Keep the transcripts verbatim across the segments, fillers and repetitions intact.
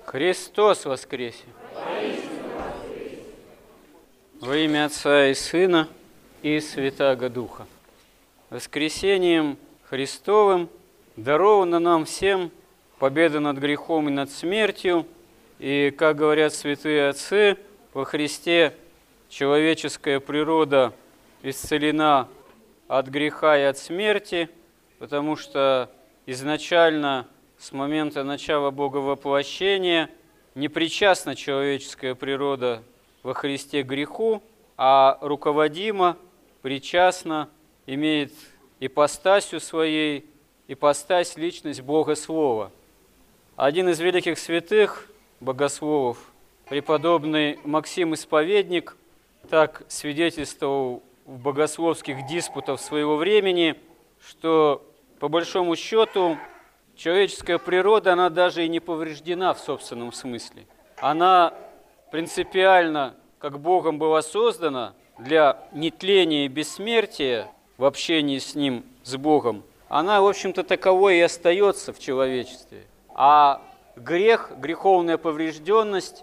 Христос воскресе! Во имя Отца и Сына и Святаго Духа. Воскресением Христовым дарована нам всем победа над грехом и над смертью. И, как говорят святые отцы, во Христе человеческая природа исцелена от греха и от смерти, потому что изначально, с момента начала Боговоплощения, не причастна человеческая природа во Христе к греху, а руководима, причастна, имеет ипостасью своей, ипостась личность Бога Слова. Один из великих святых богословов, преподобный Максим Исповедник, так свидетельствовал в богословских диспутах своего времени, что, по большому счету, человеческая природа, она даже и не повреждена в собственном смысле. Она принципиально, как Богом была создана, для нетления и бессмертия в общении с Ним, с Богом, она, в общем-то, таковой и остается в человечестве. А грех, греховная поврежденность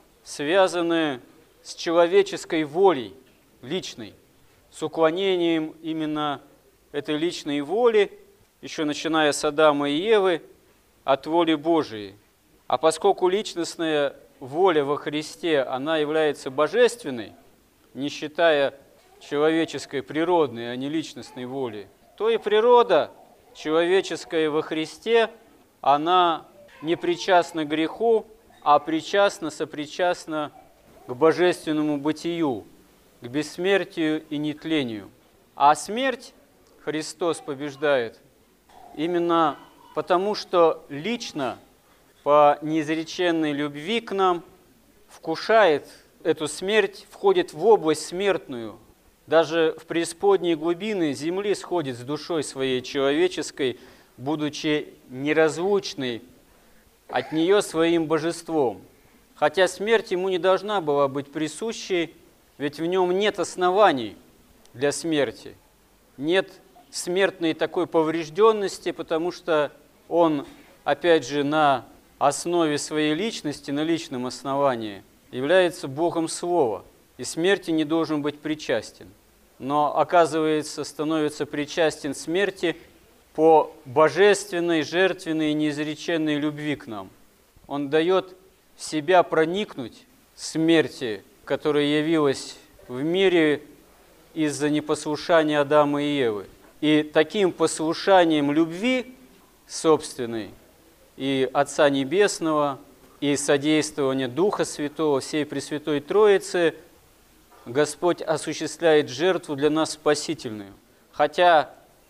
связаны с человеческой волей, личной, с уклонением именно этой личной воли, еще начиная с Адама и Евы, от воли Божией. А поскольку личностная воля во Христе, она является божественной, не считая человеческой природной, а не личностной воли, то и природа человеческая во Христе, она не причастна к греху, а причастна, сопричастна к божественному бытию, к бессмертию и нетлению. А смерть Христос побеждает именно потому, что лично, по неизреченной любви к нам, вкушает эту смерть, входит в область смертную, даже в преисподние глубины земли сходит с душой своей человеческой, будучи неразлучной от нее своим божеством. Хотя смерть ему не должна была быть присущей, ведь в нем нет оснований для смерти, нет смертной такой поврежденности, потому что он, опять же, на основе своей личности, на личном основании, является Богом Слова, и смерти не должен быть причастен. Но, оказывается, становится причастен смерти по божественной, жертвенной и неизреченной любви к нам. Он дает в себя проникнуть смерти, которая явилась в мире из-за непослушания Адама и Евы. И таким послушанием любви собственной и Отца Небесного, и содействования Духа Святого, всей Пресвятой Троицы, Господь осуществляет жертву для нас спасительную. Хотя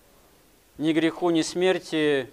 ни греху, ни смерти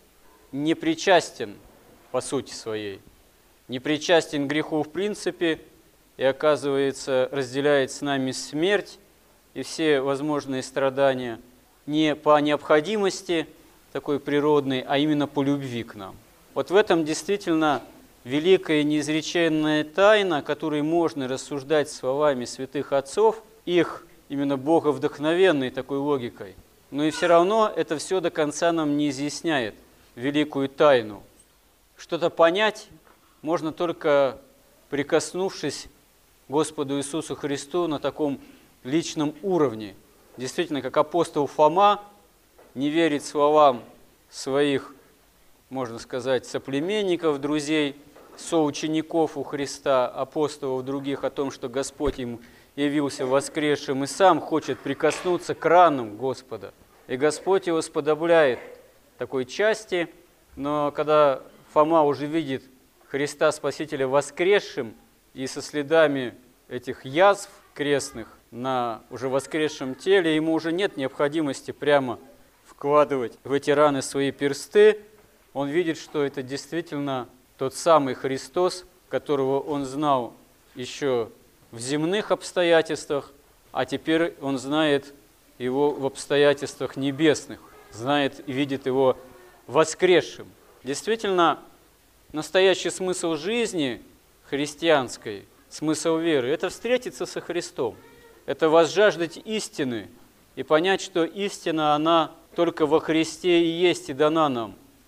не причастен по сути своей, не причастен к греху в принципе, и, оказывается, разделяет с нами смерть и все возможные страдания не по необходимости такой природной, а именно по любви к нам. Вот в этом действительно великая неизреченная тайна, о которой можно рассуждать словами святых отцов, их именно боговдохновенной такой логикой. Но и все равно это все до конца нам не изъясняет великую тайну. Что-то понять можно только прикоснувшись к Господу Иисусу Христу на таком личном уровне. Действительно, как апостол Фома не верит словам своих, можно сказать, соплеменников, друзей, соучеников у Христа, апостолов других, о том, что Господь им явился воскресшим и сам хочет прикоснуться к ранам Господа. И Господь его сподобляет такой части, но когда Фома уже видит Христа Спасителя воскресшим и со следами этих язв крестных на уже воскресшем теле, ему уже нет необходимости прямо вкладывать в эти раны свои персты. Он видит, что это действительно тот самый Христос, которого он знал еще в земных обстоятельствах, а теперь он знает его в обстоятельствах небесных, знает и видит его воскресшим. Действительно, настоящий смысл жизни христианской, смысл веры – это встретиться со Христом, это возжаждать истины и понять, что истина, она только во Христе и есть и дана нам.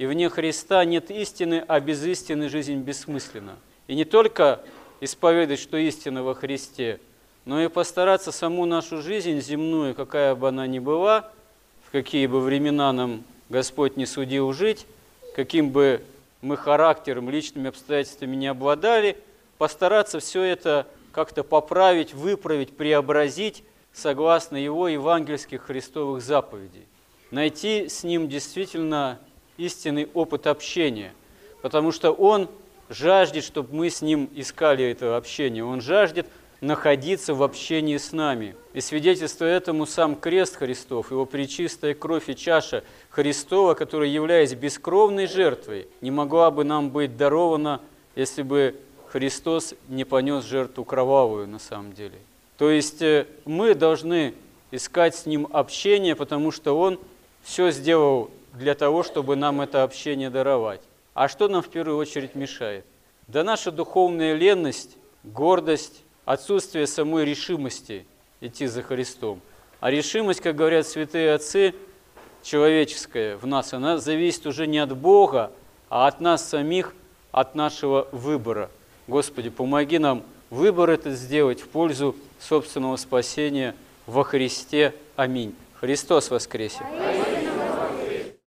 И вне Христа нет истины, а без истины жизнь бессмысленна. И не только исповедать, что истина во Христе, но и постараться саму нашу жизнь земную, какая бы она ни была, в какие бы времена нам Господь не судил жить, каким бы мы характером, личными обстоятельствами не обладали, постараться все это как-то поправить, выправить, преобразить согласно Его евангельских христовых заповедей. Найти с Ним действительно истинный опыт общения, потому что Он жаждет, чтобы мы с Ним искали это общение. Он жаждет находиться в общении с нами. И свидетельство этому сам крест Христов, Его пречистая кровь и чаша Христова, которая, являясь бескровной жертвой, не могла бы нам быть дарована, если бы Христос не понес жертву кровавую на самом деле. То есть мы должны искать с Ним общение, потому что Он все сделал для того, чтобы нам это общение даровать. А что нам в первую очередь мешает? Да наша духовная ленность, гордость, отсутствие самой решимости идти за Христом. А решимость, как говорят святые отцы, человеческая в нас, она зависит уже не от Бога, а от нас самих, от нашего выбора. Господи, помоги нам выбор этот сделать в пользу собственного спасения во Христе. Аминь. Христос воскресе!